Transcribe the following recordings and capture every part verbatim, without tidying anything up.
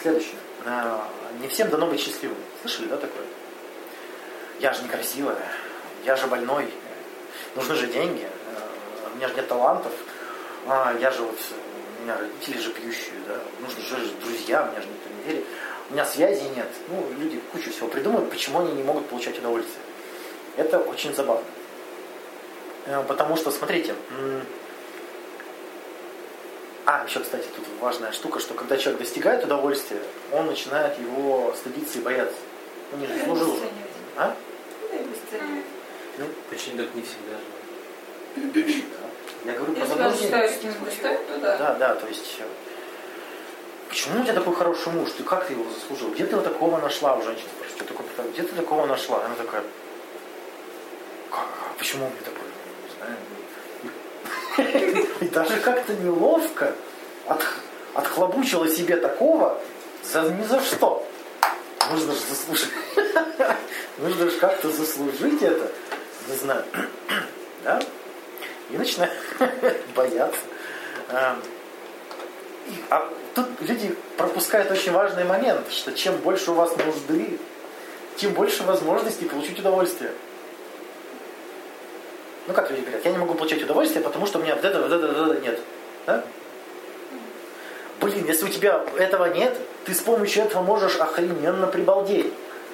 следующее. Не всем дано быть счастливым. Слышали, да, такое? Я же некрасивая, я же больной, нужны же деньги, у меня же нет талантов, а, я же вот, у меня родители же пьющие, да, нужны же друзья, у меня же никто не верит, у меня связей нет. Ну, люди кучу всего придумывают, почему они не могут получать удовольствие. Это очень забавно. Потому что, смотрите, а, еще, кстати, тут важная штука, что когда человек достигает удовольствия, он начинает его стыдиться и бояться. Он не заслужил уже. А? Ну, почему так не всегда же? Не всегда. Я говорю про заблуждение. Да, да, то есть, почему у тебя такой хороший муж? Ты как ты его заслужил? Где ты его такого нашла у женщины? Что такое, где ты такого нашла? Она такая, как? Почему он мне такой? Не знаю. И даже как-то неловко от, отхлобучила себе такого за, ни за что. Нужно же заслужить. Нужно же как-то заслужить это. Не знаю. Да? И начинаю бояться. И, а тут люди пропускают очень важный момент, что чем больше у вас нужды, тем больше возможностей получить удовольствие. Ну как люди говорят, я не могу получать удовольствие, потому что у меня вот этого, вот этого, вот этого нет. Да? Блин, если у тебя этого нет, ты с помощью этого можешь охрененно прибалдеть.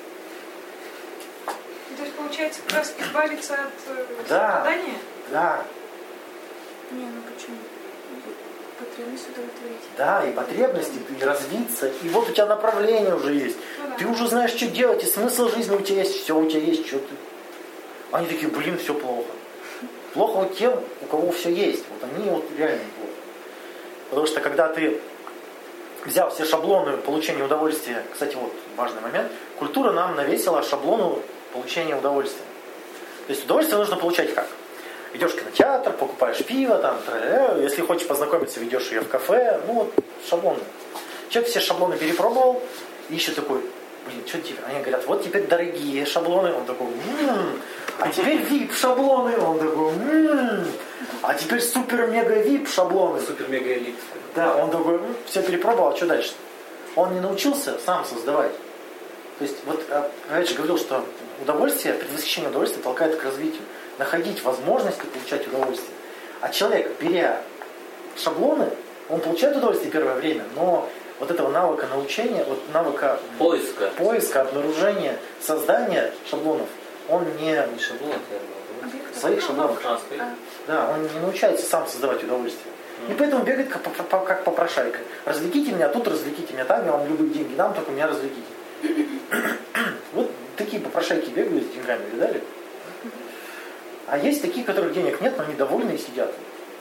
То есть получается как раз избавиться от да, страдания? Да. Не, ну почему? Потребность удовлетворить. Да, и потребности, и развиться. И вот у тебя направление уже есть. Ну, да. Ты уже знаешь, что делать, и смысл жизни у тебя есть, все у тебя есть, что ты. Они такие, блин, все плохо. Плохо вот тем, у кого все есть. Вот они вот реально плохо. Потому что когда ты взял все шаблоны получения удовольствия, кстати, вот важный момент, культура нам навесила шаблону получения удовольствия. То есть удовольствие нужно получать как? Идешь в кинотеатр, покупаешь пиво, там, если хочешь познакомиться, ведешь ее в кафе, ну вот шаблоны. Человек все шаблоны перепробовал, и еще такой, блин, что теперь? Они говорят, вот теперь дорогие шаблоны, он такой, м-м-м. А теперь ви ай пи шаблоны, он такой, м-м-м. А теперь супер-мега-ви ай пи шаблоны. Супер-мега-элит. Да, он такой, м-м, все перепробовал, а что дальше? Он не научился сам создавать. То есть, вот, опять же, говорил, что удовольствие, предвосхищение удовольствия толкает к развитию. Находить возможности получать удовольствие. А человек, беря шаблоны, он получает удовольствие первое время, но вот этого навыка научения, вот навыка поиска, поиска обнаружения, создания шаблонов, он не... Не шаблонов, а своих шаблонов. А, да, он не научается сам создавать удовольствие. Mm. И поэтому бегает как, как попрошайка. Развлеките меня тут, развлеките меня там, я вам любые деньги дам, только меня развлеките. Вот такие попрошайки бегают с деньгами, видали? А есть такие, которых денег нет, но они довольны и сидят.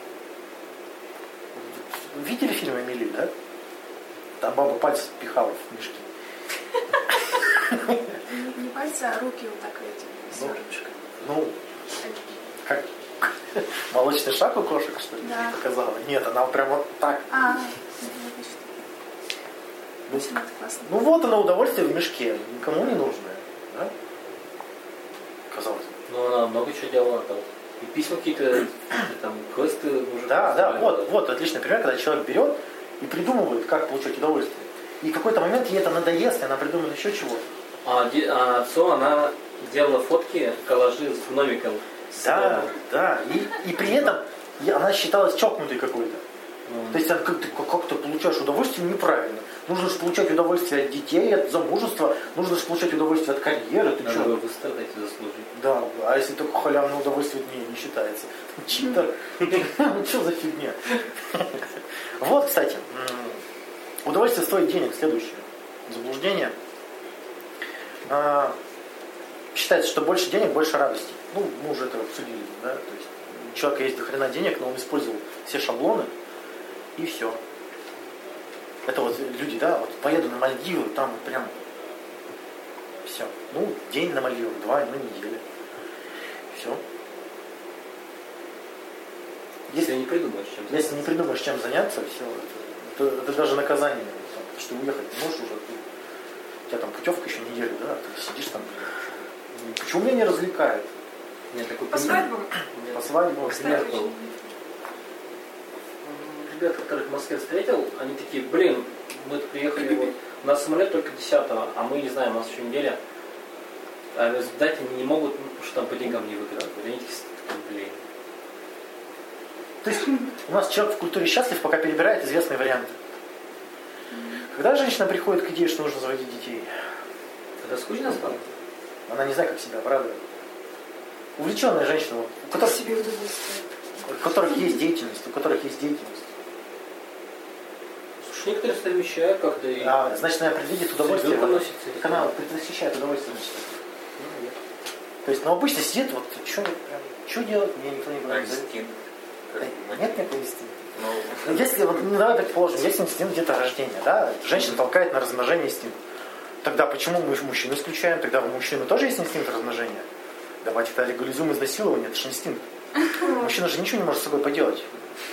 Видели фильм «Эмили», да? Там баба пальцы пихала в мешки. Не пальцы, а руки вот так эти, зернышко. Ну, как молочный шаг у кошек, что ли, да. Показала? Нет, она прям вот так. А, ну, это классно. Ну вот оно, удовольствие в мешке, никому не нужное. Да? Казалось. Ну, она много чего делала там. И письма какие-то, там, квесты уже... Да, да, вот, вот отличный пример, когда человек берет и придумывает, как получать удовольствие. И в какой-то момент ей это надоест, и она придумает еще чего-то. А, а отцу она делала фотки, коллажи с гномиком. Да, да. И, и при этом она считалась чокнутой какой-то. Mm. То есть как ты, как ты получаешь удовольствие неправильно. Нужно же получать удовольствие от детей, от замужества, нужно же получать удовольствие от карьеры. Ты Надо бы выстрадать и заслужить. Да, а если только халявное удовольствие, не, не считается. Читер. Ну что за фигня? Вот, кстати, удовольствие стоит денег. Следующее. Заблуждение. Считается, что больше денег, больше радости. Ну, мы уже это обсудили. Да? То есть у человека есть до хрена денег, но он использовал все шаблоны, и все. Это вот люди, да, вот поеду на Мальдивы, там прям все. Ну, день на Мальдивах, два, ну, неделя. Все. Если не придумаешь, чем заняться. Если не придумаешь, чем заняться, все, это, это, это даже наказание. Потому что уехать не можешь уже. Ты, у тебя там путевка еще неделю, да, ты сидишь там. Почему меня не развлекает? Нет, такой По свадьбам? По свадьбам. Ребят, которых в Москве встретил, они такие, блин, мы приехали вот нас самолет только десятого, а мы не знаем, у нас еще неделя. А в результате они не могут, ну, потому что там по деньгам не выгодно. Они такие, блин. То есть у нас человек в культуре счастлив, пока перебирает известные варианты. Когда женщина приходит к идее, что нужно заводить детей, Это скучно стало? она не знает, как себя обрадовать. Увлеченная женщина, у которых, Себе удовольствие. у которых есть деятельность, у которых есть деятельность. Слушай, некоторые совмещают как-то и... А, значит, она предвидит удовольствие. Ребенка Вот, носит, так она предвосхищает удовольствие. Значит. Ну, нет. То есть, ну обычно сидит, вот, что что делать, мне никто не говорит. Инстинкт. Да, нет никакого инстинкта. Ну, Если, вот, ну, давай предположим, есть инстинкт где-то рождения, да, женщина толкает на размножение инстинкт. Тогда почему мы мужчин исключаем? Тогда у мужчины тоже есть инстинкт размножения. Давайте тогда легализуем изнасилование, это же инстинкт. Мужчина же ничего не может с собой поделать.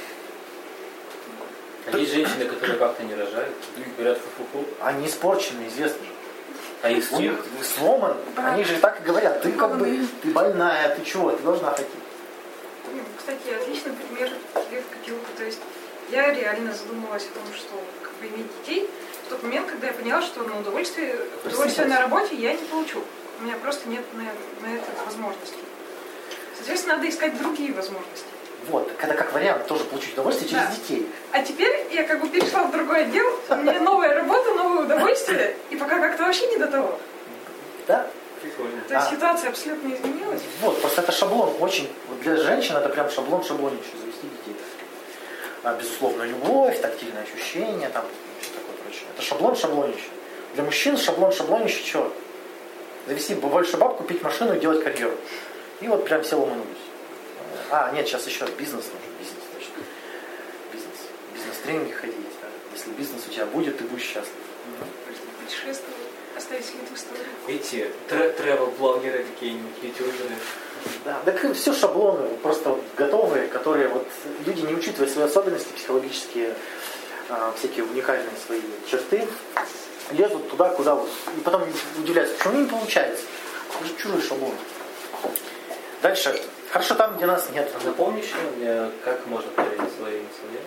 А есть женщины, которые как-то не рожают, говорят фу-фу-фу. Они испорчены, известно же. А их У них всех... сломан, они же так и говорят, ты как бы, ты больная, ты чего, ты должна хотеть. Ну, кстати, отличный пример тебе в копилку. То есть я реально задумалась о том, что как бы иметь детей в тот момент, когда я поняла, что на удовольствие, удовольствие на работе я не получу. У меня просто нет на, на это возможности. Соответственно, надо искать другие возможности. Вот, когда как вариант тоже получить удовольствие через Да. детей. А теперь я как бы перешла в другой отдел, у меня новая работа, новое удовольствие, и пока как-то вообще не до того. Да? Прикольно. То есть А. ситуация абсолютно изменилась. Вот, просто это шаблон очень, вот для женщин это прям шаблон шаблонище завести детей. А, безусловно, любовь, тактильные ощущения, там, все такое прочее. Это шаблон шаблонище. Для мужчин шаблон шаблонище что? Завести больше баб, купить машину и делать карьеру. И вот прям все ломанулись. А, нет, сейчас еще бизнес нужен, бизнес точно. Бизнес. Бизнес-тренинги ходить. Да. Если бизнес у тебя будет, ты будешь счастлив. Путешествовать, оставить след в истории. Эти тревел-блогеры какие-нибудь, ютуберы. Да, так все шаблоны, просто вот готовые, которые вот люди, не учитывая свои особенности психологические, а, всякие уникальные свои черты, лезут туда, куда вот. И потом удивляются, почему не получается. Это же чужой шаблон. Дальше. Хорошо там, где нас нет. Напомни еще мне, как можно проверить свои эмоции?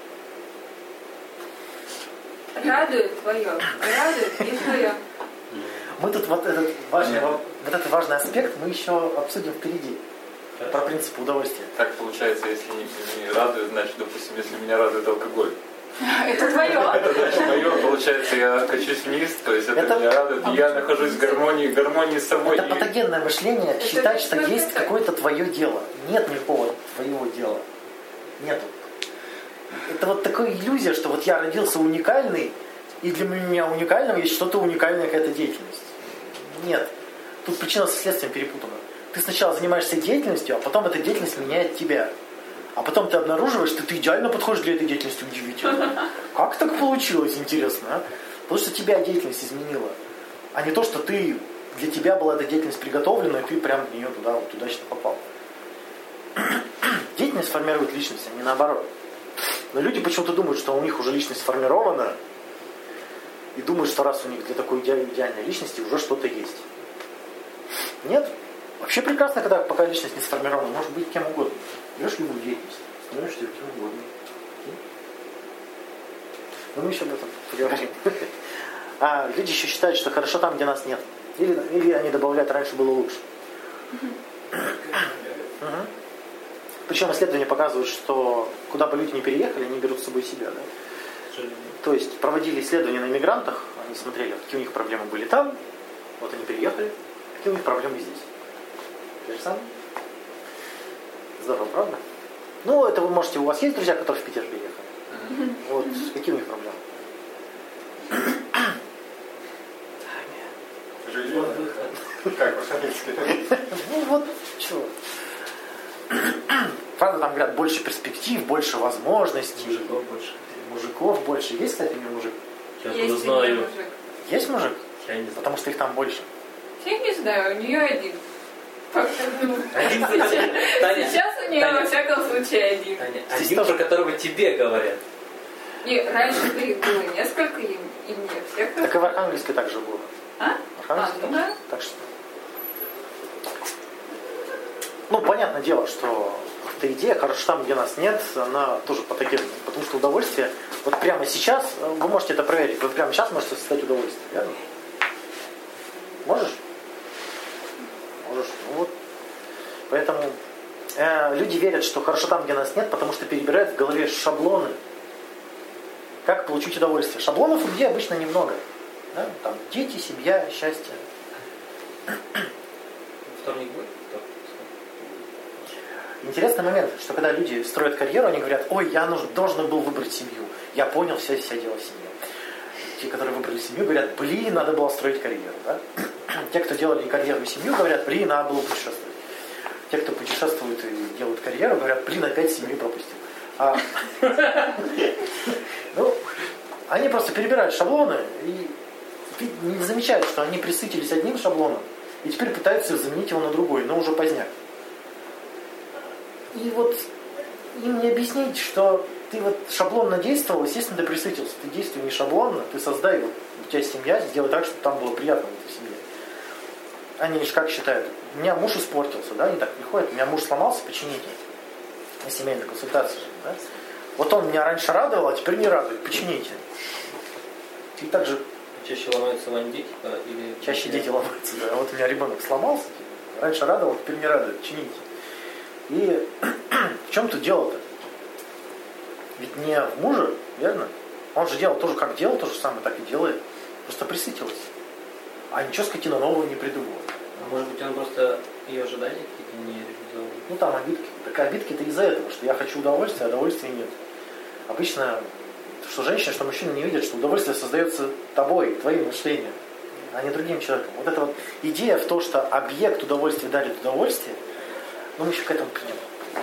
Радует твое, радует не твое. Мы тут вот этот важный, вот этот важный аспект мы еще обсудим впереди. Про принципы удовольствия. так получается, если не, не радует, значит, допустим, если меня радует алкоголь. Это твое. Это значит мое, получается, я качусь вниз, то есть это, Это- меня радует, и я нахожусь в гармонии, в гармонии с собой. Это И- патогенное мышление, Это считать, что просто есть так. какое-то твое дело. Нет никакого твоего дела. Нету. Это вот такая иллюзия, что вот я родился уникальный, и для меня уникального есть что-то уникальное, какая-то деятельность. Нет. Тут причина со следствием перепутана. Ты сначала занимаешься деятельностью, а потом эта деятельность меняет тебя. А потом ты обнаруживаешь, что ты идеально подходишь для этой деятельности, удивительно. Как так получилось, интересно, а? Потому что тебя деятельность изменила. А не то, что ты, для тебя была эта деятельность приготовлена, и ты прям в нее туда вот удачно попал. Деятельность формирует личность, а не наоборот. Но люди почему-то думают, что у них уже личность сформирована, и думают, что раз у них для такой иде- идеальной личности уже что-то есть. Нет. Вообще прекрасно, когда пока личность не сформирована, может быть кем угодно. Берешь любую деятельность, становишься кем угодно. Но мы еще об этом поговорим. А люди еще считают, что хорошо там, где нас нет. Или, или они добавляют, раньше было лучше. Угу. Причем исследования показывают, что куда бы люди ни переехали, они берут с собой себя. Да? То есть проводили исследования на мигрантах, они смотрели, какие у них проблемы были там, вот они переехали, какие у них проблемы здесь. Те же самые. Здорово, правда? Ну, это вы можете, у вас есть друзья, которые в Питер переехали? Мгм. Вот, какие у них проблемы? Жилье. Как по-английски? Ну вот, чего. Правда, там говорят, больше перспектив, больше возможностей. Мужиков больше. Мужиков больше. Есть, кстати, у меня мужик? Я Есть откуда знаю. мужик. Есть мужик? Я не знаю. Потому что их там больше. Я не знаю, у нее один. Один Сейчас Таня, сейчас у нее Таня. во всяком случае один. Таня, Здесь один, тоже- про которого тебе говорят. И раньше их было несколько, и, и мне всех. Так и в Архангельске так же было. А? В Архангельске А, ну так же. да. Так что... Ну, понятное дело, что эта идея, хорошо там, где нас нет, она тоже патогенна. Потому что удовольствие, вот прямо сейчас, вы можете это проверить, вы прямо сейчас можете создать удовольствие, верно? Можешь? Можешь. Ну вот. Поэтому э, люди верят, что хорошо там, где нас нет, потому что перебирают в голове шаблоны. Как получить удовольствие? Шаблонов у людей обычно немного. Да? Там дети, семья, счастье. Вторник будет? Интересный момент, что когда люди строят карьеру, они говорят: ой, я нужен, должен был выбрать семью. Я понял, все, все дело в семье. Те, которые выбрали семью, говорят: блин, надо было строить карьеру. Да? Те, кто делали карьеру и семью, говорят: блин, надо было путешествовать. Те, кто путешествует и делают карьеру, говорят: блин, опять семью пропустил. А, ну, они просто перебирают шаблоны и не замечают, что они присытились одним шаблоном и теперь пытаются заменить его на другой, но уже поздняк. И вот им не объяснить, что ты вот шаблонно действовал, естественно, ты присытился. Ты действуй не шаблонно, ты создай, вот, у тебя семья, сделай так, чтобы там было приятно в этой семье. Они лишь как считают: у меня муж испортился, да, они так приходят: у меня муж сломался, почините. На семейной консультации. Да? Вот он меня раньше радовал, а теперь не радует, почините. И так же... Чаще ломаются вами дети? Или... Чаще дети ломаются, да. Вот у меня ребенок сломался, раньше радовал, теперь не радует, чините. И в чем тут дело-то? Ведь не в муже, верно? Он же делал тоже, как делал, то же самое, так и делает. Просто присытился. А ничего скотина нового не придумал. А может быть, он просто ее ожидания какие-то не реализовал? Ну там обидки. Так обидки-то из-за этого, что я хочу удовольствия, а удовольствия нет. Обычно, что женщина, что мужчина не видят, что удовольствие создается тобой, твоим мышлением, а не другим человеком. Вот эта вот идея в том, что объект удовольствия дарит удовольствие, ну мы еще к этому придем.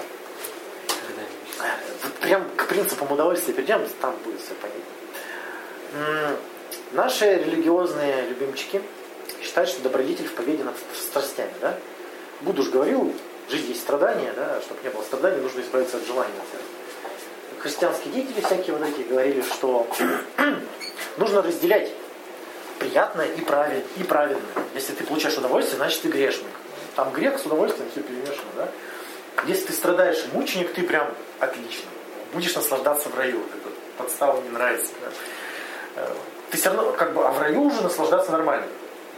Вот прям к принципам удовольствия придем, там будет все понятно. Наши религиозные любимчики считают, что добродетель в победе над страстями. Да? Будда же говорил: жизнь есть страдания, да? Чтобы не было страданий, нужно избавиться от желания. Христианские деятели всякие вот эти говорили, что нужно разделять приятное и правильное, и праведное. Если ты получаешь удовольствие, значит ты грешник. Там грех с удовольствием все перемешано. Да? Если ты страдаешь и мученик, ты прям отлично. Будешь наслаждаться в раю. Вот эта подстава не нравится. Да? Ты все равно, как бы, а в раю уже наслаждаться нормально.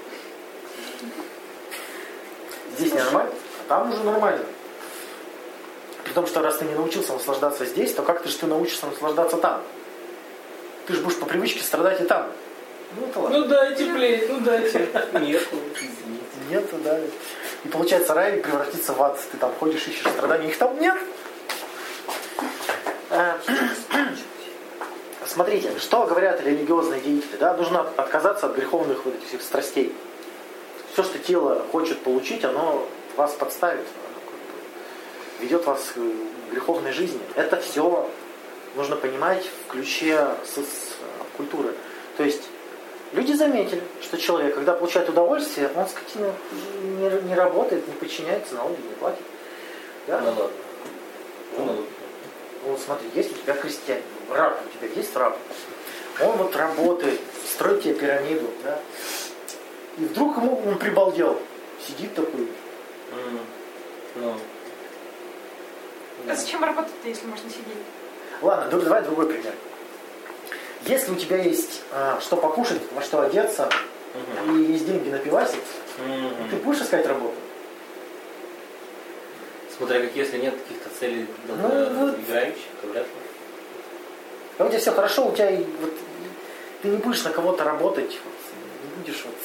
Здесь не нормально, а там уже нормально. При том, что раз ты не научился наслаждаться здесь, то как ты же ты научишься наслаждаться там? Ты же будешь по привычке страдать и там. Ну, это ладно. Ну дайте, блин, ну дайте. Нету. Нету, да. И получается, рай превратится в ад. Ты там ходишь, ищешь страданий, их там нет. Смотрите, что говорят религиозные деятели. Да? Нужно отказаться от греховных вот этих страстей. Все, что тело хочет получить, оно вас подставит. Ведет вас к греховной жизни. Это все нужно понимать в ключе культуры. То есть люди заметили, что человек, когда получает удовольствие, он, скотина, не, не работает, не подчиняется, налоги не платит. Да? Ну ладно. Ну, Ну, вот смотри, есть у тебя крестьянин, раб, у тебя есть раб. Он вот работает, строит тебе пирамиду, да? И вдруг ему он прибалдел. Сидит такой. м, ну, А зачем работать-то, если можно сидеть? Ладно, д- давай другой пример. Если у тебя есть а, что покушать, во что одеться, мгм. и есть деньги на пивасик, Мгм. ты будешь искать работу? Смотря как, если нет каких-то целей Ну, долгоиграющих, то вряд ли. А у тебя все хорошо, у тебя и вот, ты не будешь на кого-то работать, вот, не будешь вот.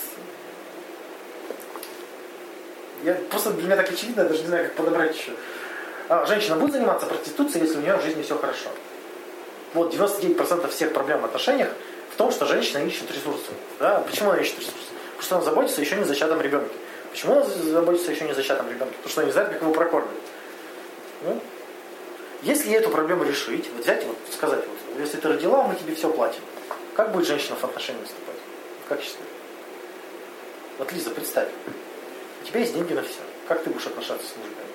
Я просто для меня так очевидно, я даже не знаю, как подобрать еще. А женщина будет заниматься проституцией, если у нее в жизни все хорошо. Вот девяносто девять процентов всех проблем в отношениях в том, что женщина ищет ресурсы. Да? Почему она ищет ресурсы? Потому что она заботится еще не о зачатом ребенке. Почему она заботится еще не о зачатом ребенке? Потому что она не знает, как его прокормить. Ну, если эту проблему решить, вот взять, вот сказать, вот, если ты родила, мы тебе все платим. Как будет женщина в отношениях выступать? Как считаешь? Вот, Лиза, представь. У тебя есть деньги на все. Как ты будешь отношаться с мужиками?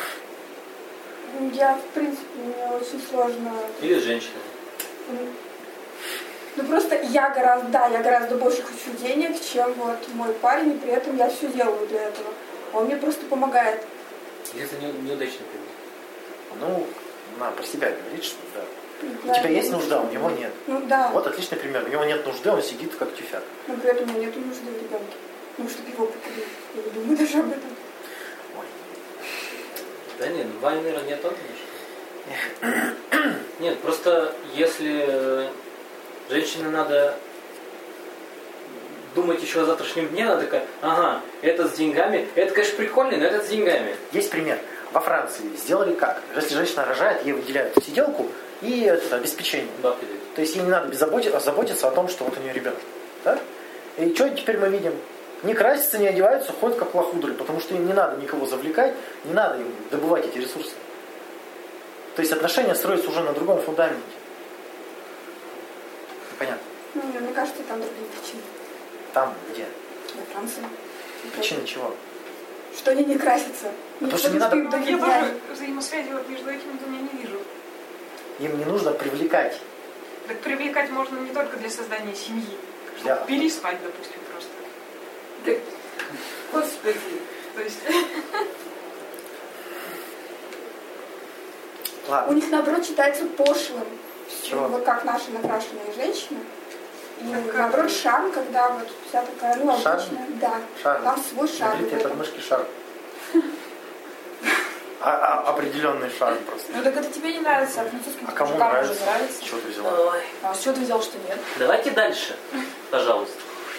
Я, в принципе, мне очень сложно. Или с женщиной. Ну просто я гораздо, да, я гораздо больше хочу денег, чем вот мой парень, и при этом я все делаю для этого. Он мне просто помогает. Если не, неудачный пример. Ну, надо про себя говорить, что да. Да, У тебя я есть не нужда, у знаю. него нет. Ну да. Вот отличный пример. У него нет нужды, он сидит как тюфяк. Но при этом у меня нет нужды в ребенке. Ну, чтобы его покурить. Я не думаю даже об этом. Ой. Да нет, Ваня, наверное, не о том, конечно. Нет, просто если женщине надо думать еще о завтрашнем дне, она такая, ага, это с деньгами, это, конечно, прикольно, но это с деньгами. Есть пример. Во Франции сделали как? Если женщина рожает, ей выделяют сиделку и это, обеспечение. Бабки дают. То есть ей не надо беззаботиться, заботиться о том, что вот у нее ребенок. Да? И что теперь мы видим? Не красятся, не одеваются, ходят как лохудры, потому что им не надо никого завлекать, не надо им добывать эти ресурсы. То есть отношения строятся уже на другом фундаменте. Понятно? Ну, мне кажется, там другие причины. Там где? Во Франции. Причина чего? Что они не красятся. Потому Никто что не надо- успеет Ну, я дофига. тоже взаимосвязи вот между этими двумя не вижу. Им не нужно привлекать. Так привлекать можно не только для создания семьи. Для- Чтобы переспать, допустим, просто. Да, Господи. То есть, У Ладно. них, наоборот, считается пошлым. Чего? Вот как наши накрашенные женщины. И Так как? наоборот, шарм, когда вот вся такая, ну, Шарм? обычная. Да. Шарм. Там свой шарм. в Набитые этом. подмышки шарм. А, а- определенный шарм просто. Ну так это тебе не нравится, а французским А кому мужикам нравится? уже нравится. Чего ты взяла? Ой. А с чего ты взял, что нет? Давайте дальше, пожалуйста.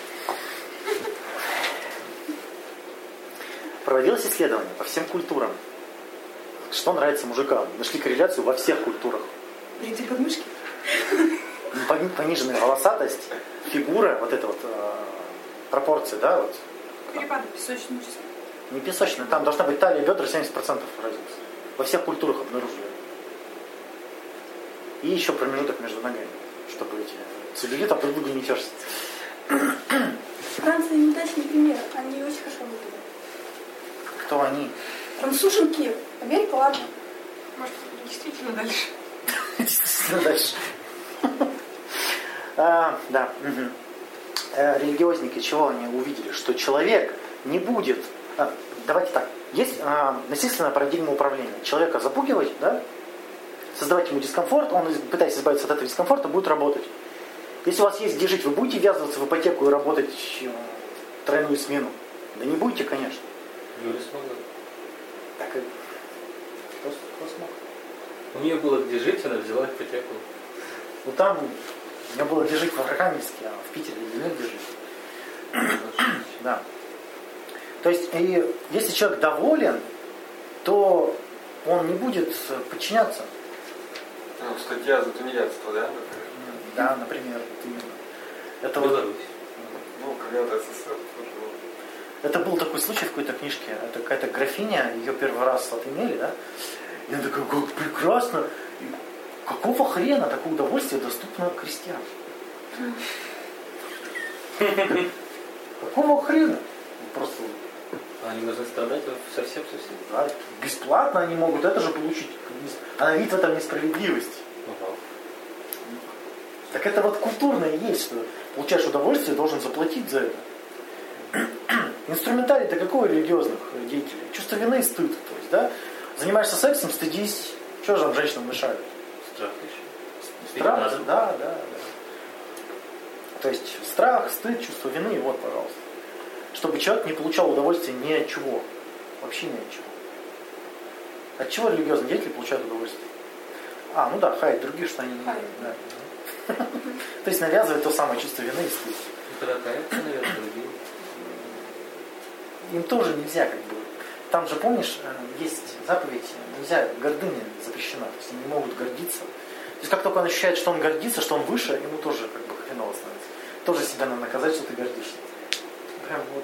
Проводилось исследование по всем культурам. Что нравится мужикам? Нашли корреляцию во всех культурах. Бритые подмышки? Пони- Пониженная волосатость, фигура, вот эта вот э, пропорция, да, вот. перепады. Песочные часы. Не песочная, там должна быть талия и бедра семьдесят процентов разница. Во всех культурах обнаружили. И еще промежуток между ногами, чтобы эти целлюлит об друг друга не терся. Франция неудачный пример. Они очень хорошо выглядят. Кто они? Француженки. Америка, ладно. Может, действительно дальше. Действительно дальше. А, да. Мгм. Э, Религиозники чего они увидели? Что человек не будет... а, давайте так. Есть а, насильственная парадигма управления. Человека запугивать, да? Создавать ему дискомфорт, он, пытаясь избавиться от этого дискомфорта, будет работать. Если у вас есть где жить, вы будете ввязываться в ипотеку и работать э, тройную смену? Да не будете, конечно. Юля смогла. Так и... Кто, кто смог? У нее было где жить, она взяла ипотеку. Ну там у меня было где жить в Архангельске, а в Питере нет где жить. Да. То есть, и если человек доволен, то он не будет подчиняться. Ну, статья за тунеядство, да, например? Да, например, вот именно. Это, вот, Беларусь. Ну, когда-то СССР тоже был. это был такой случай в какой-то книжке. Это какая-то графиня, ее первый раз отымели, да? И она такая, как прекрасно. И какого хрена такое удовольствие доступно крестьянам? Какого хрена? Просто Они должны страдать совсем-совсем. да, бесплатно они могут это же получить. Она видит в этом несправедливость. Ага. Так это вот культурное есть, что получаешь удовольствие, должен заплатить за это. Инструментарий это какой у религиозных деятелей? Чувство вины и стыд. То есть, да? Занимаешься сексом, стыдись. Что же там женщинам мешает? Страх еще. Страх, Надо. да, да, да. То есть страх, стыд, чувство вины, и вот, пожалуйста. Чтобы человек не получал удовольствия ни от чего. Вообще ни от чего. От чего религиозные деятели получают удовольствие? А, ну да, хаять других, что они не Хаять. да. То есть навязывает то самое чувство вины и стыд. Ну, когда каяться, наверное, другие. Им тоже нельзя, как бы. Там же, помнишь, есть заповедь, нельзя, гордыня запрещена. То есть они не могут гордиться. То есть как только он ощущает, что он гордится, что он выше, ему тоже как бы хреново становится. Тоже себя надо наказать, что ты гордишься. Прям вот.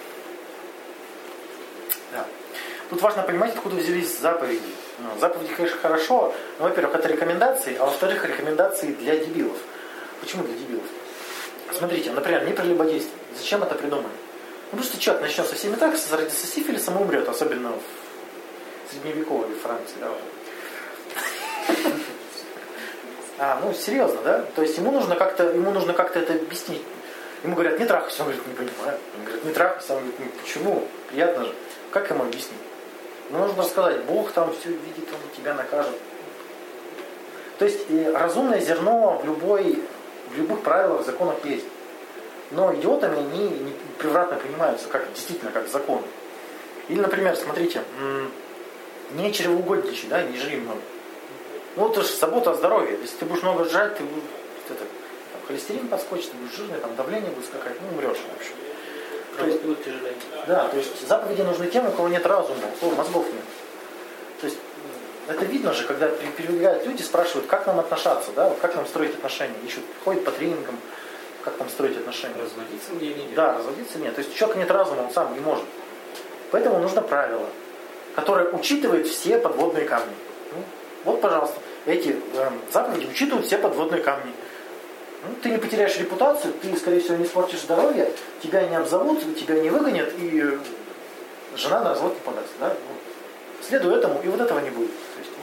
Да. Тут важно понимать, откуда взялись заповеди. Ну, заповеди, конечно, хорошо, но, во-первых, это рекомендации, а во-вторых, рекомендации для дебилов. Почему для дебилов? Смотрите, например, не прелюбодействие. Зачем это придумали? Ну, потому что человек начнет со всеми так, зародится сифилисом и умрет, особенно в средневековой Франции. Да, уже. А, ну, серьезно, да? То есть ему нужно как-то, ему нужно как-то это объяснить. Ему говорят, не трахайся. Он говорит, не понимаю. Он говорит, не трахайся. Он говорит, ну почему? Приятно же. Как ему объяснить? Ну, нужно сказать, Бог там все видит, Он тебя накажет. То есть и разумное зерно в, любой, в любых правилах, законах есть. Но идиотами они не превратно принимаются, как действительно, как закон. Или, например, смотрите, не чревоугодничай, да, не жри много. Ну, это же забота о здоровье. Если ты будешь много жрать, ты будешь, это, там, холестерин подскочит, ты будешь жирный, там давление будет скакать, ну, умрешь вообще. То есть, будет тяжелее. да, то есть заповеди нужны тем, у кого нет разума, у кого мозгов нет. То есть это видно же, когда перебегают люди, спрашивают, как нам отношаться, да, вот как нам строить отношения, ищут, ходят по тренингам, как там строить отношения. Разводиться мне или нет? Да, разводиться нет. То есть у человека нет разума, он сам не может. Поэтому нужно правило, которое учитывает все подводные камни. Ну, вот, пожалуйста, эти э, заповеди учитывают все подводные камни. Ну, ты не потеряешь репутацию, ты, скорее всего, не испортишь здоровье, тебя не обзовут, тебя не выгонят, и жена на развод не подаст. Да? Вот. Следуй этому, и вот этого не будет. То есть,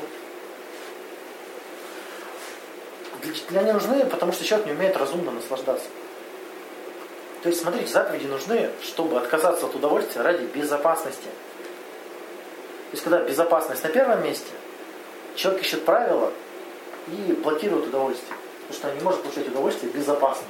вот. Для, для они нужны, потому что человек не умеет разумно наслаждаться. То есть, смотрите, заповеди нужны, чтобы отказаться от удовольствия ради безопасности. То есть, когда безопасность на первом месте, человек ищет правила и блокирует удовольствие. Потому что он не может получать удовольствие безопасно.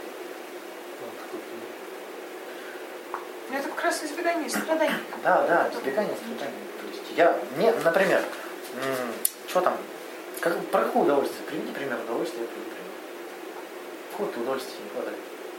Ну, это как раз избегание страданий. Да, да, избегание страданий. То есть я, мне, например, м- что там, как, про какое удовольствие? Приведи пример удовольствия, я приведу пример. Какое-то удовольствие не хватает.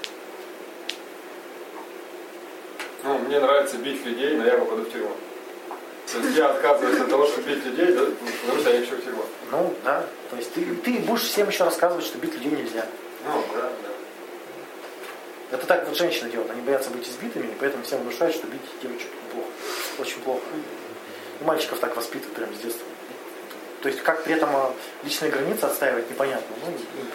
Ну, мне нравится бить людей, но я попаду в тюрьму. То есть я отказываюсь от того, чтобы бить людей, потому что я не хочу в тюрьму. Ну, да. То есть ты, ты будешь всем еще рассказывать, что бить людей нельзя. Ну, да, да. Это так вот женщины делают. Они боятся быть избитыми, и поэтому всем внушают, что бить девочек плохо. Очень плохо. И мальчиков так воспитывают прямо с детства. То есть как при этом личные границы отстаивать, непонятно. Ну, им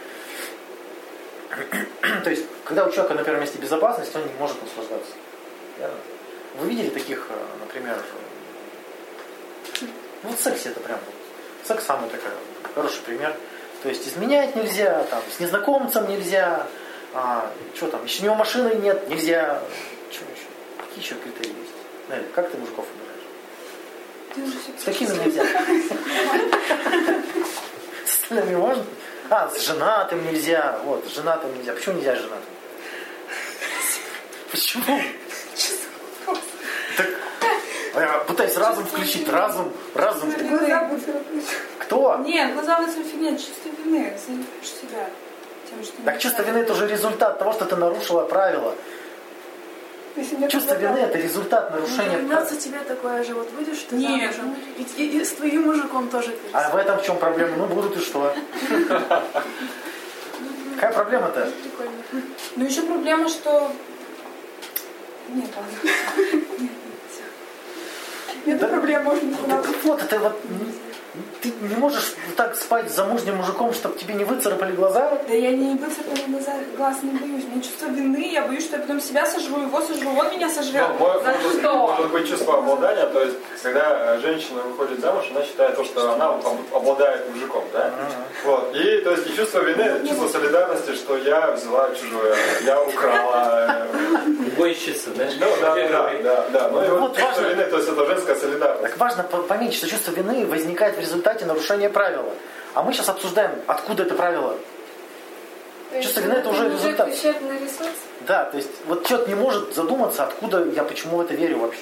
плевать. То есть, когда у человека на первом месте безопасность, он не может наслаждаться. Верно? Вы видели таких, например, ну, в сексе это прям, секс самый такой хороший пример. То есть изменять нельзя, там, с незнакомцем нельзя, а, что там, еще у него машины нет, нельзя. Что еще? Какие еще критерии есть? Нелли, как ты мужиков выбираешь? С какими нельзя? С остальными можно? А, с женатым нельзя. Вот, с женатым нельзя. Почему нельзя с женатым? Почему? Так, я пытаюсь разум включить. Разум, разум. Кто? Нет, глаза в этом фигня, чувство вины. Занимаешь себя. Тем, что Так чувство вины это уже результат того, что ты нарушила правила. Чувство вины это результат нарушения правил. Вернется тебе такое же, вот выйдешь ты Нет. замужем, и, и, и с твоим мужиком тоже А перестанешь. в этом в чем проблема? Ну будут и что? Какая проблема-то? Прикольно. Ну еще проблема, что... Нет, ладно. Нет, нет, Да, проблема, можно не Так вот, это вот... Ты не можешь так спать с замужним мужиком, чтобы тебе не выцарапали глаза? Да я не выцарапала глаза, глаз не боюсь. У меня чувство вины, я боюсь, что я потом себя сожру, его сожру, он меня сожрет. Ну, мой- За может, что? может быть чувство обладания, то есть, когда женщина выходит замуж, она считает то, что она об- обладает мужиком, да? Вот. И, то есть, и чувство вины, это чувство солидарности, что я взяла чужое, я украла. Угонщица, да? Ну, да, да, да, да. Ну, и Вот вот чувство важно. вины, то есть, это женская солидарность. Так важно по- пометить, что чувство вины возникает в результате нарушения правила. А мы сейчас обсуждаем, откуда это правило. Чувство вины это уже результат. Ущербный ресурс. Да, то есть вот человек не может задуматься, откуда я, почему в это верю вообще.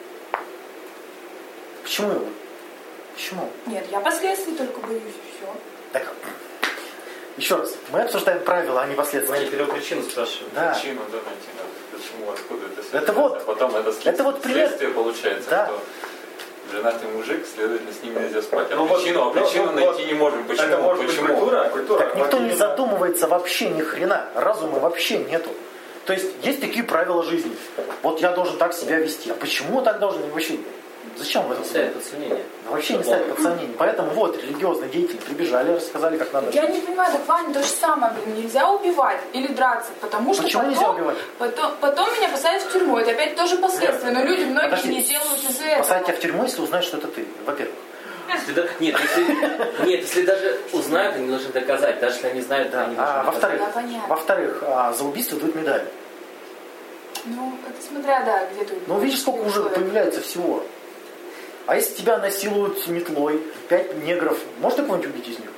Почему? Почему? Нет, я последствий только боюсь, и все. Так, еще раз, мы обсуждаем правила, а не Они последствия. первопричину спрашивают. Да. Причину, да, найти надо. Почему, откуда это следствие? Это вот. А потом это, след... Это вот пример. следствие получается, Да. что женатый мужик, следовательно, с ним нельзя спать. А Ну, вот, причину, а ну, причину ну, найти вот. не можем. Почему? Это может быть Почему? культура, культура. Так никто Вот не именно. задумывается вообще ни хрена. Разума вообще нету. То есть есть такие правила жизни. Вот я должен так себя вести. А почему так должен? Вообще, зачем в этом? Не ставят под сомнение. Вообще не ставят под сомнение. Поэтому вот религиозные деятели прибежали, рассказали, как надо. Я не понимаю, так Ваня, то же самое, блин, нельзя убивать или драться, потому что Почему потом, нельзя убивать? Потом, потом меня посадят в тюрьму, это опять тоже последствия, но люди многие Подожди. не делают из-за этого. Посадить тебя в тюрьму, если узнают, что это ты. Во-первых. Если да- нет, если, нет, если даже узнают, они должны доказать. Даже если они знают, Да. они должны А во-вторых, Да, понятно. во-вторых, а, за убийство дают медаль. Ну, это смотря, да, где ты... Ну видишь, сколько уже условия. появляется всего. А если тебя насилуют метлой, пять негров, можно кого-нибудь убить из них?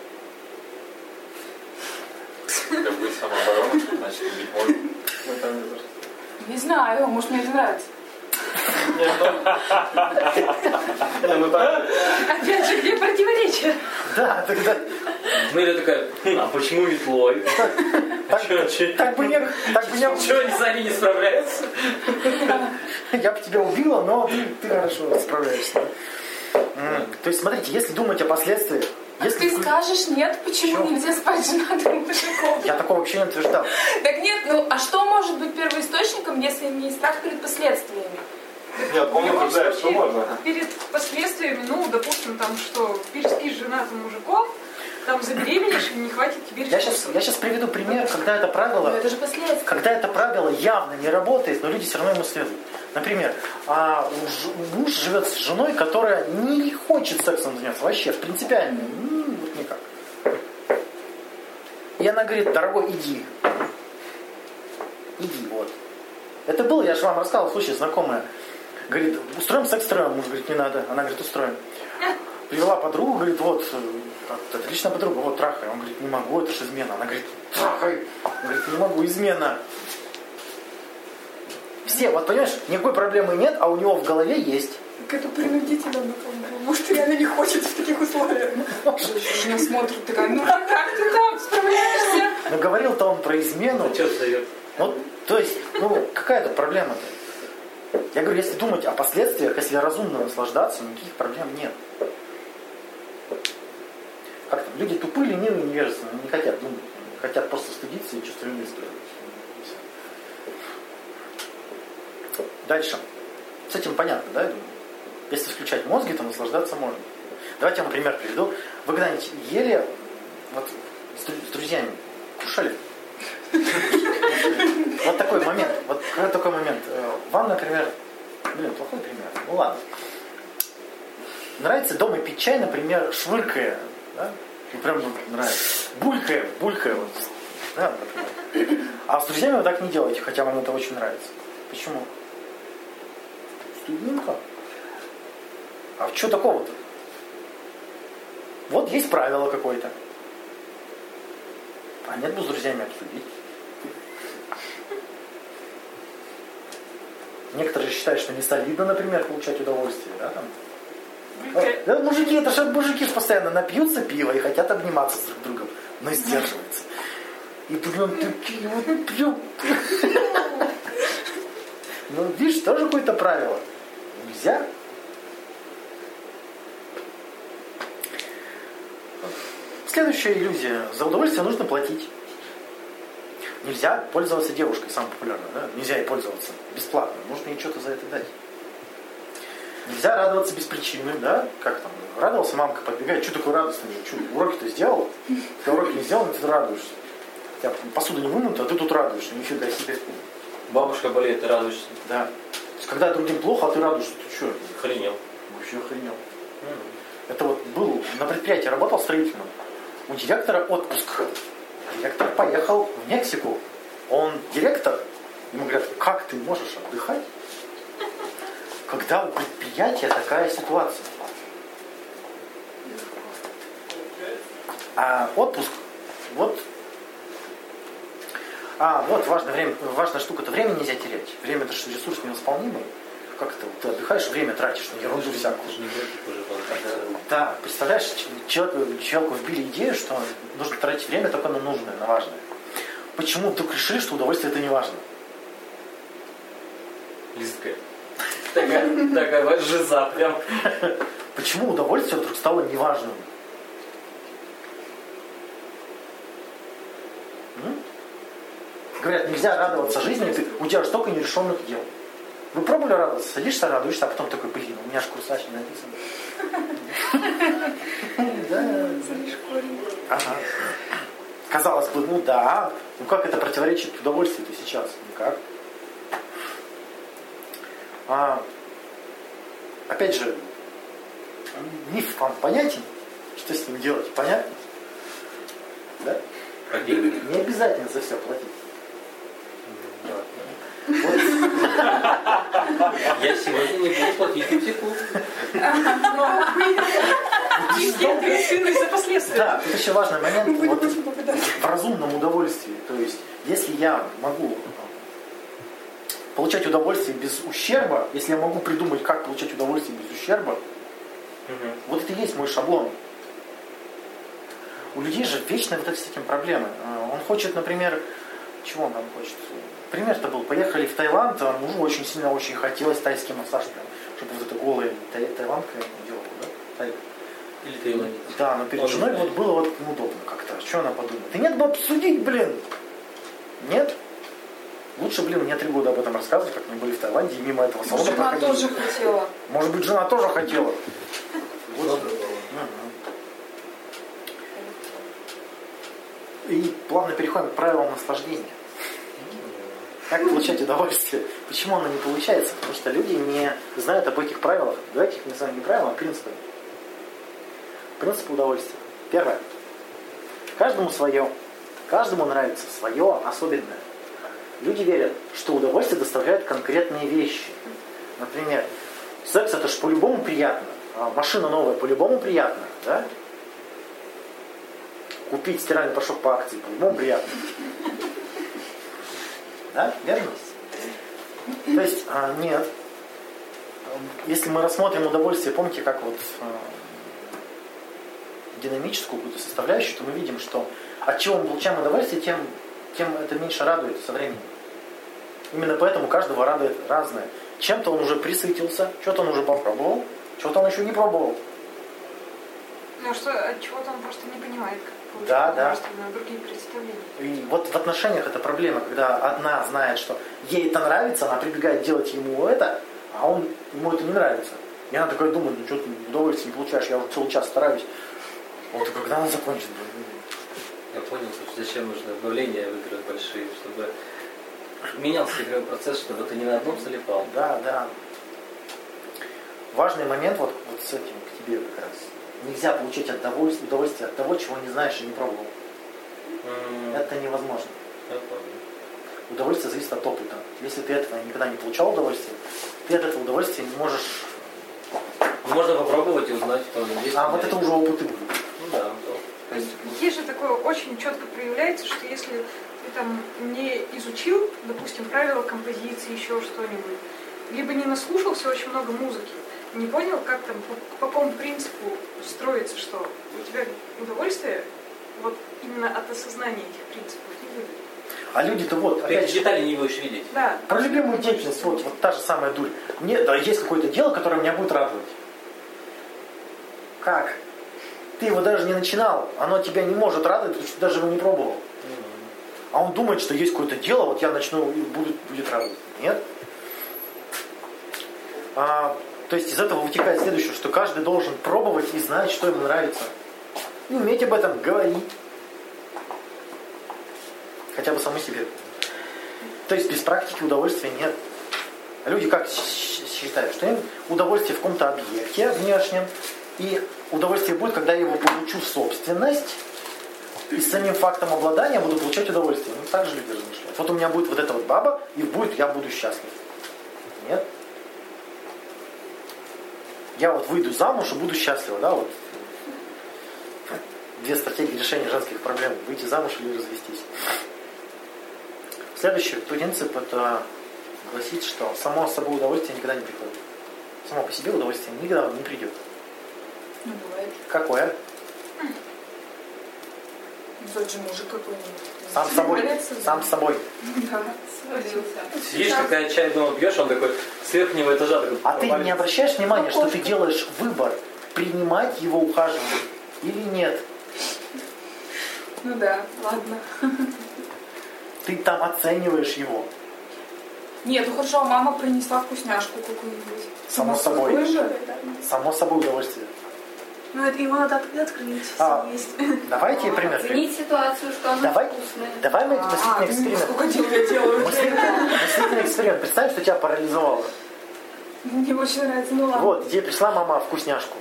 Это будет самооборона, значит, убить можно. Ну, там не то, что- Не знаю, может мне это нравится. Не, ну так. Опять же, где противоречие? Да, тогда Ну или такая, «Хм, а почему метлой? так, Чё, чё? так бы не, так бы не, Чего они сами не справляются? я бы тебя убила, но ты, ты хорошо справляешься. Да? М, То есть, смотрите, если думать о последствиях, А если ты вклю- скажешь, нет, почему Чё? нельзя спать с женатым мужиком? я такого вообще не утверждал. Так нет, ну а что может быть первоисточником, если не страх перед последствиями? Нет, он В любом утверждает, что случае, можно. перед последствиями, ну, допустим, там, что переспишь с женатым мужиком, там забеременеешь и не хватит тебе Я сейчас, ресурсов. я сейчас приведу пример, когда это правило, Ну это же последствия. когда это правило явно не работает, но люди все равно ему следуют. Например, а, у ж- муж живет с женой, которая не хочет сексом заняться вообще, принципиально, м, вот никак. И она говорит: дорогой, иди. Иди, вот. Это было, я же вам рассказывал, случай, знакомая. Говорит: устроим секс втроем. Муж говорит: не надо. Она говорит: устроим. Привела подругу, говорит: вот, э, отличная подруга, вот, трахай. Он говорит: не могу, это же измена. Она говорит: трахай. Он говорит: не могу, измена. Все, вот понимаешь, никакой проблемы нет, а у него в голове есть. Так это принудительно, ну, как бы, может, реально не хочет в таких условиях. Жена смотрит такая, ну как ты там справляешься? Но говорил-то он про измену. Что дает? Вот, то есть, ну, какая тут проблема-то? Я говорю, если думать о последствиях, если разумно наслаждаться, никаких проблем нет. Как там, люди тупые, ленивые, невежественные, не хотят думать, хотят просто стыдиться и чувство вины испытывать. Дальше. С этим понятно, да, я думаю? Если включать мозги, то наслаждаться можно. Давайте я вам пример приведу. Вы когда-нибудь ели, вот, с, дру- с друзьями, кушали? Вот такой момент. Вот такой момент. Э, Вам, например, блин, плохой пример. Ну ладно. Нравится дома пить чай, например, швыркая, да? Ну прям нравится. Булькая, булькая. Вот. Да, например. А с друзьями вы так не делаете, хотя вам это очень нравится. Почему? Студенько. А что такого-то? Вот есть правило какое-то. А нет бы с друзьями обсудить. Некоторые считают, что не солидно, например, получать удовольствие. Да, там. Да, мужики, это же мужики постоянно напьются пива и хотят обниматься с друг другом, но сдерживаются. И прям такие вот прям... Ну, видишь, тоже какое-то правило. Нельзя. Следующая иллюзия. За удовольствие нужно платить. Нельзя пользоваться девушкой, самое популярное, да? Нельзя ей пользоваться бесплатно. Нужно ей что-то за это дать. Нельзя радоваться без причины, да? Как там? Радовался, мамка подбегает. Что такое радостно? Что, уроки-то сделал? Ты уроки не сделал, но ты радуешься. У тебя посуду не вымыта, а ты тут радуешься. Нифига себе. Бабушка болеет, ты радуешься. Да. То есть, когда другим плохо, а ты радуешься, ты что? Охренел. Вообще охренел. Это вот был, на предприятии работал строительным. У директора отпуск. Директор поехал в Мексику. Он директор. Ему говорят: как ты можешь отдыхать, когда у предприятия такая ситуация? А отпуск, вот, а, вот важное время, важная штука, это время нельзя терять. Время это же ресурс невосполнимый. Как это? Вот ты отдыхаешь, время тратишь на ерунду всякую. Это же не график уже был. Да, представляешь, человеку, человеку вбили идею, что нужно тратить время только на нужное, на важное. Почему вдруг решили, что удовольствие это не важно? Листка. Такая, такая жиза прям. Почему удовольствие вдруг стало неважным? М? Говорят, нельзя радоваться жизни, ты, у тебя столько нерешенных дел. Вы пробовали радоваться? Садишься, радуешься, а потом такой: блин, у меня же курсач не написан. Да. Ага. Казалось бы, ну да, ну как это противоречит удовольствию-то сейчас? Никак. А, опять же, миф вам понятен? Что с ним делать? Понятно? Да? Не обязательно за все платить. Вот. Я сегодня не буду платить ипотеку. Ответственность за последствия. Да, тут еще важный момент вот, в разумном удовольствии. То есть, если я могу получать удовольствие без ущерба, если я могу придумать, как получать удовольствие без ущерба, угу. вот это и есть мой шаблон. У людей же вечно вот это с этим проблемы. Он хочет, например, чего он там хочет? Пример-то был, поехали в Таиланд, мужу очень сильно очень хотелось тайский массаж, прям, чтобы вот это голая тай, тайландка делала, да? Тай... Или таиландец. Да, но перед женой вот было вот неудобно как-то. Что она подумает? Да нет бы обсудить, блин! Нет? Лучше, блин, мне три года об этом рассказывать, как мы были в Таиланде и мимо этого салона жена проходили. тоже хотела. Может быть, жена тоже хотела. Вот. И плавно переходим к правилам наслаждения. Как получать удовольствие? Почему оно не получается? Потому что люди не знают об этих правилах. Давайте их назовем не правила, а принципы. Принципы удовольствия. Первое. Каждому свое. Каждому нравится свое особенное. Люди верят, что удовольствие доставляет конкретные вещи. Например, секс это ж по-любому приятно. А машина новая по-любому приятно. Да? Купить стиральный порошок по акции по-любому приятно. Да? Верно? То есть, а, нет. Если мы рассмотрим удовольствие, помните, как вот а, динамическую какую-то составляющую, то мы видим, что от чего мы получаем удовольствие, тем, тем это меньше радует со временем. Именно поэтому каждого радует разное. Чем-то он уже присытился, что-то он уже попробовал, что-то он еще не пробовал. Ну что, от чего-то он просто не понимает, как получить Да, удовольствие, да. на другие представления. И вот в отношениях это проблема, когда одна знает, что ей это нравится, она прибегает делать ему это, а он, ему это не нравится. И она такая думает, ну что ты удовольствие не получаешь, я уже целый час стараюсь. Он такой, когда она закончит? Я понял, зачем нужно обновления в играх большие, чтобы менялся игровой процесс, чтобы ты не на одном залипал. Да, да. Важный момент вот, вот с этим к тебе как раз. Нельзя получить удовольствие, удовольствие от того, чего не знаешь и не пробовал. Mm. Это невозможно. Я понял. Удовольствие зависит от опыта. Если ты этого никогда не получал удовольствие, ты от этого удовольствия не можешь... Можно попробовать и узнать, кто есть. А вот это уже опыт игры. Ну да. То есть есть же такое очень четко проявляется, что если ты там не изучил, допустим, правила композиции, еще что-нибудь, либо не наслушался очень много музыки, не понял, как там, по, по какому принципу строится, что у тебя удовольствие вот именно от осознания этих принципов не будет. А люди-то вот, Ты опять же, детали не будешь видеть. Да. про любимую деятельность, вот, вот та же самая дурь. Мне, да, есть какое-то дело, которое меня будет радовать. Как? Ты его даже не начинал, оно тебя не может радовать, потому что ты даже его не пробовал. А он думает, что есть какое-то дело, вот я начну и будет, будет радовать. Нет? А, то есть из этого вытекает следующее, что каждый должен пробовать и знать, что ему нравится. И уметь об этом говорить. Хотя бы самому себе. То есть без практики удовольствия нет. Люди как считают, что им удовольствие в каком-то объекте внешнем, и удовольствие будет, когда я его получу в собственность, и с самим фактом обладания буду получать удовольствие. Ну, так же люди размышляют. Вот у меня будет вот эта вот баба, и будет, я буду счастлив. Нет? Я вот выйду замуж и буду счастлива, да, вот. Две стратегии решения женских проблем. Выйти замуж или развестись. Следующий принцип это гласит, что само собой удовольствие никогда не приходит. Само по себе удовольствие никогда не придет. Ну, бывает. Какое? Тот же мужик какой-нибудь. Сам с собой. Нравится, Сам с собой. Да, свалился. Сидишь, какая чай дома пьешь, он такой с верхнего этажа такой. А ты не обращаешь внимания, что ты Окошко. делаешь выбор, принимать его ухаживание или нет? Ну да, ладно. Ты там оцениваешь его. Нет, ну хорошо, мама принесла вкусняшку какую-нибудь. Само Само собой. же. Само собой удовольствие. Ну, это его надо от- открыть, А, съесть. Давайте пример. Оценить ситуацию, что она Давай, вкусная. давай мы А, мыслительный ты эксперимент. сколько дел я делаю уже. Мыслительный мыслительный эксперимент. Представь, что тебя парализовало. Мне очень нравится, ну ладно. Вот, тебе пришла мама вкусняшку.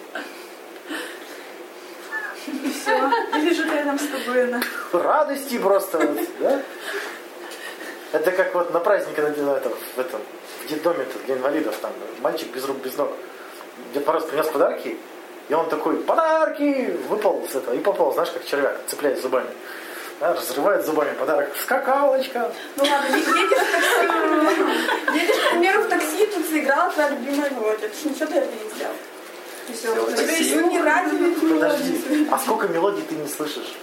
И все. И лежу рядом с тобой она. Радости просто, вот, да? Это как вот на празднике на, на этом, в этом в детдоме для инвалидов, там мальчик без рук, без ног. Дед Мороз принес подарки, и он такой, подарки! Выпал с этого и попал, знаешь, как червяк, цепляясь зубами. Да, разрывает зубами подарок. Скакалочка! Ну ладно, едешь в такси, едешь, к примеру, в такси, тут заиграла твоя любимая мелодия. Ты же ничего для этого не сделал. И все, у тебя есть не ради Подожди, а сколько мелодий ты не слышишь?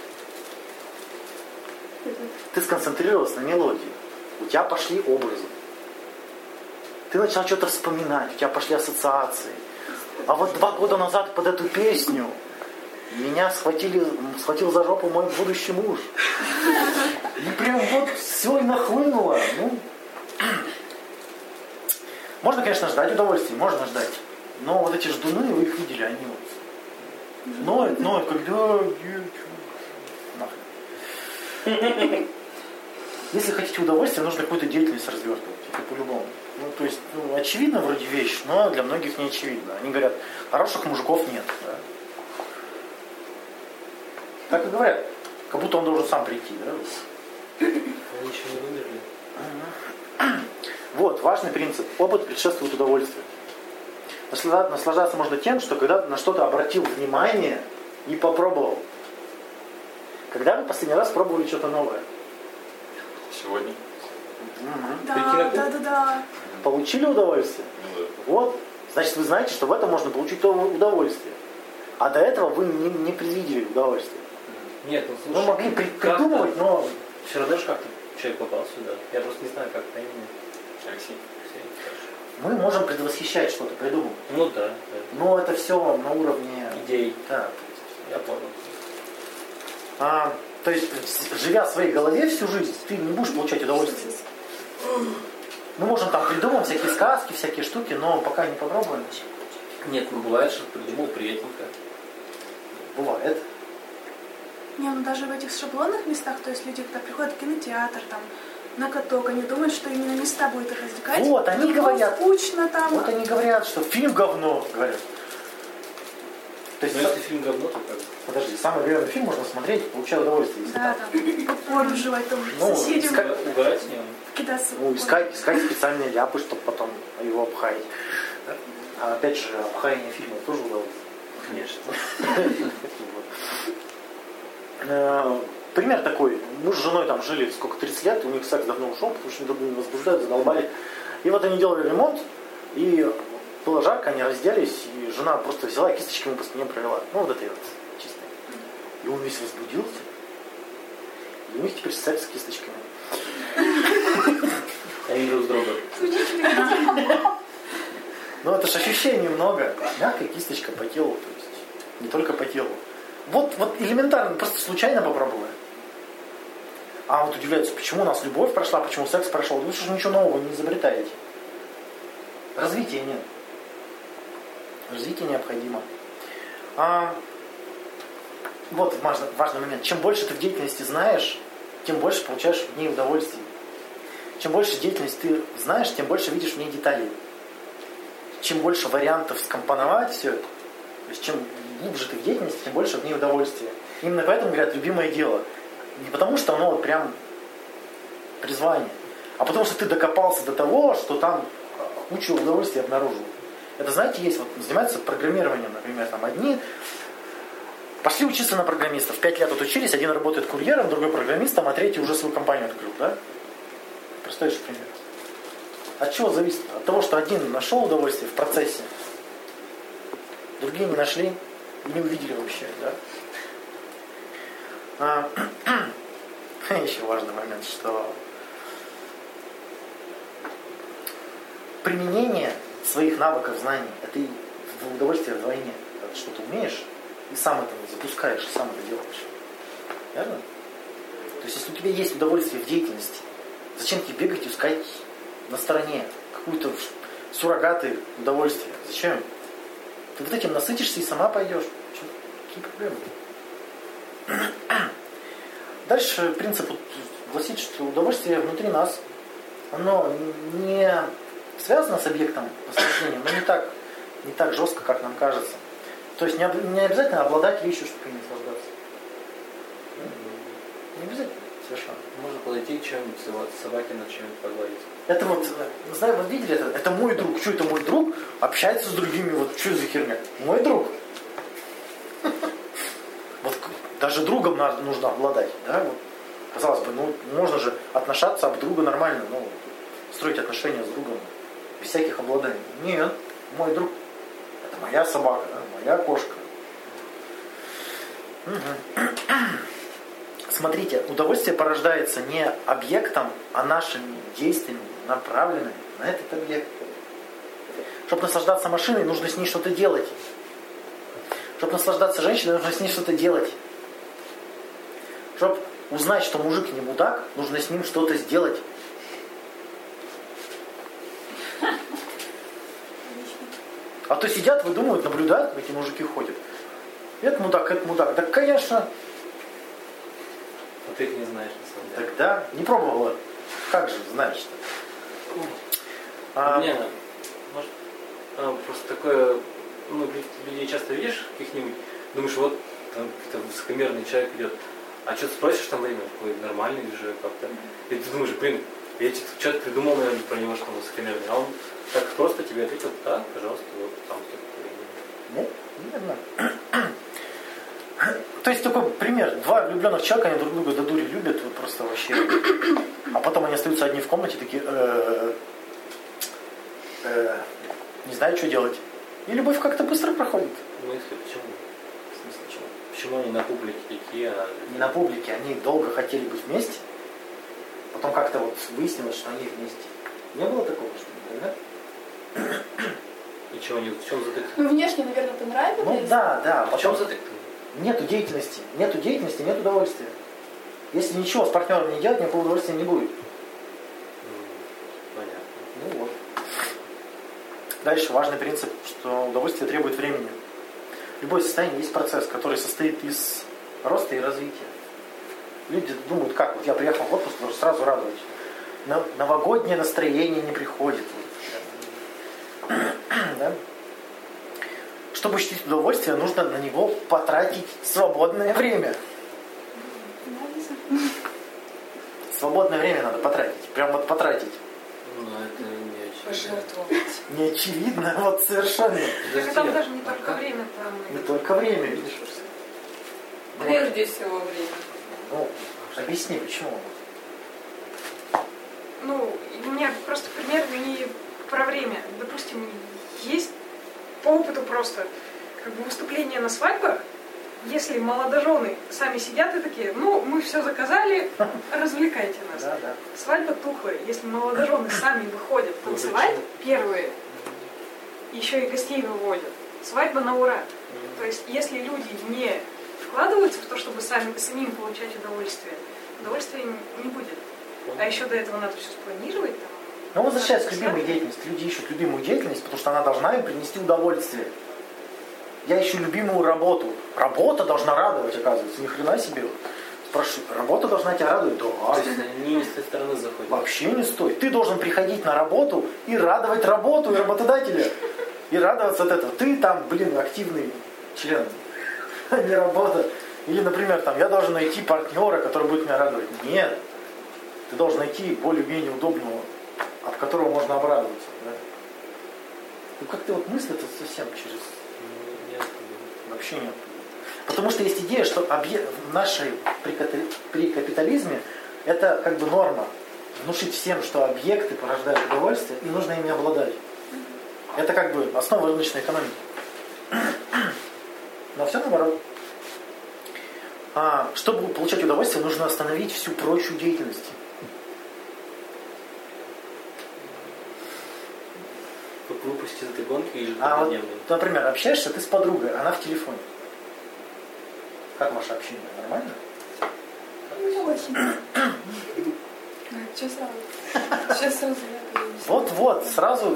Ты сконцентрировалась на мелодии. У тебя пошли образы. Ты начал что-то вспоминать, у тебя пошли ассоциации. А вот два года назад под эту песню меня схватили, схватил за жопу мой будущий муж. И прям вот все и нахлынуло. Ну, можно, конечно, ждать удовольствия, можно ждать. Но вот эти ждуны, вы их видели, они вот ноют, ноют, когда... Нахрен. Если хотите удовольствия, нужно какую-то деятельность развертывать. Это по-любому. Ну, то есть, ну, очевидно вроде вещь, но для многих не очевидно. Они говорят, хороших мужиков нет. Да? Так и говорят. Как будто он должен сам прийти. Да? Они еще не вымерли. Вот, важный принцип. Опыт предшествует удовольствию. Наслаждаться можно тем, что когда на что-то обратил внимание и попробовал. Когда вы последний раз пробовали что-то новое? Сегодня. Угу. Да, да, да, да. Получили удовольствие? Ну, да. Вот. Значит, вы знаете, что в этом можно получить удовольствие. А до этого вы не, не предвидели удовольствие. Нет, ну слушай. Вы могли при, придумывать, но... Все равно же как-то человек попал сюда. Я просто не знаю, как это именно. Алексей. Мы можем предвосхищать что-то, придумывать. Ну да, да. Но это все на уровне... Идей. Да. Я понял. А, то есть, живя в своей голове всю жизнь, ты не будешь получать удовольствие. Мы можем там придумать всякие сказки, всякие штуки, но пока не попробуем. Нет, ну бывает, что придумал приятненько. Бывает. Не, ну даже в этих шаблонных местах, то есть люди, когда приходят в кинотеатр, там, на каток, они думают, что именно места будет их развлекать. Вот, они Тут говорят. Скучно там. Вот они говорят, что фильм говно, говорят. То есть, Но если фильм говно, то как? подожди, самый говёный фильм можно смотреть, получая удовольствие. Если Да, там, там, попкорн жевать, там, Ну, соседям искать- Угорать с ним. кидаться. ну, искать, искать специальные ляпы, чтобы потом его обхаять. Да? А опять же, обхаяние фильма тоже удовольствие. Конечно. Э, Пример такой. Мы с женой там жили сколько, тридцать лет, у них секс давно ушел, потому что они возбуждают, задолбали. И вот они делали ремонт, и было жарко, они разделись, и жена просто взяла кисточками по спине провела. Ну, вот этой вот чистой. И он весь возбудился. И у них теперь секс с кисточками. Они друг с другом. Ну, это же ощущений много. Мягкая кисточка по телу, то есть не только по телу. Вот, вот элементарно, просто случайно попробовали. А вот удивляются, почему у нас любовь прошла, почему секс прошел. Вы же ничего нового не изобретаете. Развития нет. Развитие необходимо. А, вот важный, важный момент. Чем больше ты в деятельности знаешь, тем больше получаешь в ней удовольствие. Чем больше деятельности ты знаешь, тем больше видишь в ней деталей. Чем больше вариантов скомпоновать все это, то есть чем глубже ты в деятельности, тем больше в ней удовольствия. Именно поэтому говорят любимое дело. Не потому что оно вот прям призвание, а потому что ты докопался до того, что там кучу удовольствия обнаружил. Это, знаете, есть, вот занимаются программированием, например, там одни пошли учиться на программистов. Пять лет отучились, один работает курьером, другой программистом, а третий уже свою компанию открыл, да? Простой же пример. От чего зависит? От того, что один нашел удовольствие в процессе, другие не нашли и не увидели вообще, да? А, еще важный момент, что применение своих навыков, знаний, это и удовольствие вдвойне. Когда что ты умеешь, и сам это запускаешь, и сам это делаешь. Верно? То есть, если у тебя есть удовольствие в деятельности, зачем тебе бегать и искать на стороне какую-то суррогаты удовольствия? Зачем? Ты вот этим насытишься и сама пойдешь. Че, какие проблемы? Дальше принцип гласит, что удовольствие внутри нас, оно не связано с объектом наслаждения, но не так, не так жестко, как нам кажется. То есть не, об, не обязательно обладать вещью, чтобы ей наслаждаться. Не обязательно. Совершенно. Можно подойти к чему-нибудь, собаке на чем-нибудь погладить. Это вот, не знаю, вы видели это? Это мой друг. Что это мой друг? Общается с другими, вот что за херня? Мой друг. Вот даже другом надо, нужно обладать, да? Вот, казалось бы, ну можно же отношаться об друга нормально, ну, строить отношения с другом без всяких обладаний. Нет, мой друг. Это моя собака, да? Моя кошка. Угу. Смотрите, удовольствие порождается не объектом, а нашими действиями, направленными на этот объект. Чтобы наслаждаться машиной, нужно с ней что-то делать. Чтобы наслаждаться женщиной, нужно с ней что-то делать. Чтобы узнать, что мужик не мудак, нужно с ним что-то сделать. А то сидят, выдумывают, наблюдают, как эти мужики ходят. Это мудак, это мудак. Да, конечно. А ты их не знаешь, на самом деле. Тогда не пробовала. Как же знаешь-то? А, не, может, а, просто такое, ну, людей часто видишь каких-нибудь, думаешь, вот там какой-то высокомерный человек идет, а что ты спросишь там время, какой нормальный же как-то. И ты думаешь, блин, я что-то придумал, наверное, про него, что он высокомерный, а он так просто тебе ответил, да, пожалуйста, вот там нет, верно. То есть такой пример. Два влюбленных человека, они друг друга до дури любят, вот просто вообще. А потом они остаются одни в комнате, такие, э, э, не знаю, что делать. И любовь как-то быстро проходит. Ну, если почему? В смысле, чего? Почему они на публике такие, а... Не на публике, они долго хотели быть вместе. Потом как-то вот выяснилось, что они вместе. Не было такого, что ли, да? И чего они, в чем затык? Ну, внешне, наверное, понравилось. Ну да, да. А в чем затык? Нету деятельности. Нету деятельности, нет удовольствия. Если ничего с партнером не делать, никакого удовольствия не будет. Понятно. Ну вот. Дальше важный принцип, что удовольствие требует времени. Любое состояние есть процесс, который состоит из роста и развития. Люди думают, как, вот я приехал в отпуск, должен сразу радовать. Новогоднее настроение не приходит. Да? Чтобы ощутить удовольствие, нужно на него потратить свободное время. Свободное время надо потратить. Прям вот потратить. Ну, это не очевидно. Пожертвовать. Не очевидно, вот совершенно. Так там даже не только время, там... Не только время, видишь. Прежде всего время. Ну, объясни, почему. Ну, у меня просто пример не про время. Допустим, есть по опыту просто как бы выступления на свадьбах, если молодожены сами сидят и такие, ну, мы все заказали, развлекайте нас. Да, да. Свадьба тухлая. Если молодожены сами выходят танцевать первые, еще и гостей выводят, свадьба на ура. То есть, если люди не вкладываются в то, чтобы сами, самим получать удовольствие, удовольствия не будет. А еще до этого надо все спланировать. Там, Ну, возвращаясь к любимой деятельности. Люди ищут любимую деятельность, потому что она должна им принести удовольствие. Я ищу любимую работу. Работа должна радовать, оказывается. Ни хрена себе. Спрашиваю, работа должна тебя радовать? Да. То есть они не с той стороны заходят. Вообще не стоит. Ты должен приходить на работу и радовать работу и работодателя. И радоваться от этого. Ты там, блин, активный член, а не работа. Или, например, там, я должен найти партнера, который будет меня радовать. Нет. Ты должен найти более-менее удобного, от которого можно обрадоваться. Да? Ну как-то вот мысли-то совсем через... Нет. Вообще нет. Потому что есть идея, что объ... в нашей при капитализме это как бы норма. Внушить всем, что объекты порождают удовольствие, и нужно ими обладать. Это как бы основа рыночной экономики. Но все наоборот. А, чтобы получать удовольствие, нужно остановить всю прочую деятельность. Выпусти из этой гонки или А вот, дневной? например, общаешься ты с подругой, она в телефоне. Как ваше общение? Нормально? Не очень. Что сразу? Сейчас сразу я появлюсь. Вот-вот, сразу.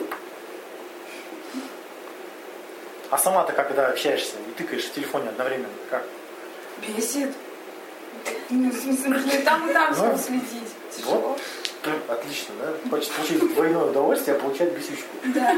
А сама-то когда общаешься и тыкаешь в телефоне одновременно, как? Бесит. Ну, в смысле, нужно и там, и там Ну, ну, следить. Тяжело. Вот. Отлично, да? Хочешь получить двойное удовольствие, а получать бесючку. Да.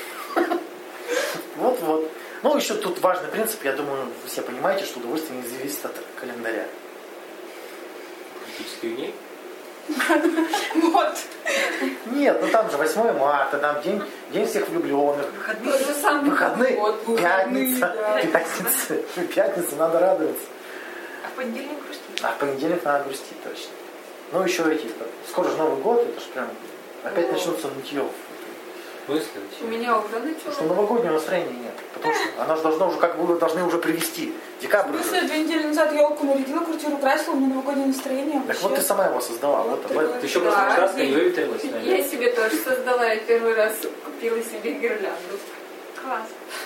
Вот-вот. Ну, еще тут важный принцип, я думаю, вы все понимаете, что удовольствие не зависит от календаря. романтических дней? Вот. Нет, ну там же восьмое марта, там день, день всех влюбленных. Выходные. Тот же самый Выходные, год, выходные, пятница, да. пятница, пятница, надо радоваться. А в понедельник грустить. А в понедельник надо грустить точно. Ну еще эти, скоро же Новый год, это ж прям, опять О. начнутся нытье. В смысле? У меня уже Потому что началось. новогоднего настроения нет. Потому что оно же должно уже, как бы, вы должны уже привести. Декабрь В уже. смысле, две недели назад елку нарядила, квартиру красила, у меня новогоднее настроение. Так вообще. вот ты сама его создала. Вот, об этом. Ты еще Да, просто краска я- не выветрилась, наверное. Я себе тоже создала, я первый раз купила себе гирлянду. Класс.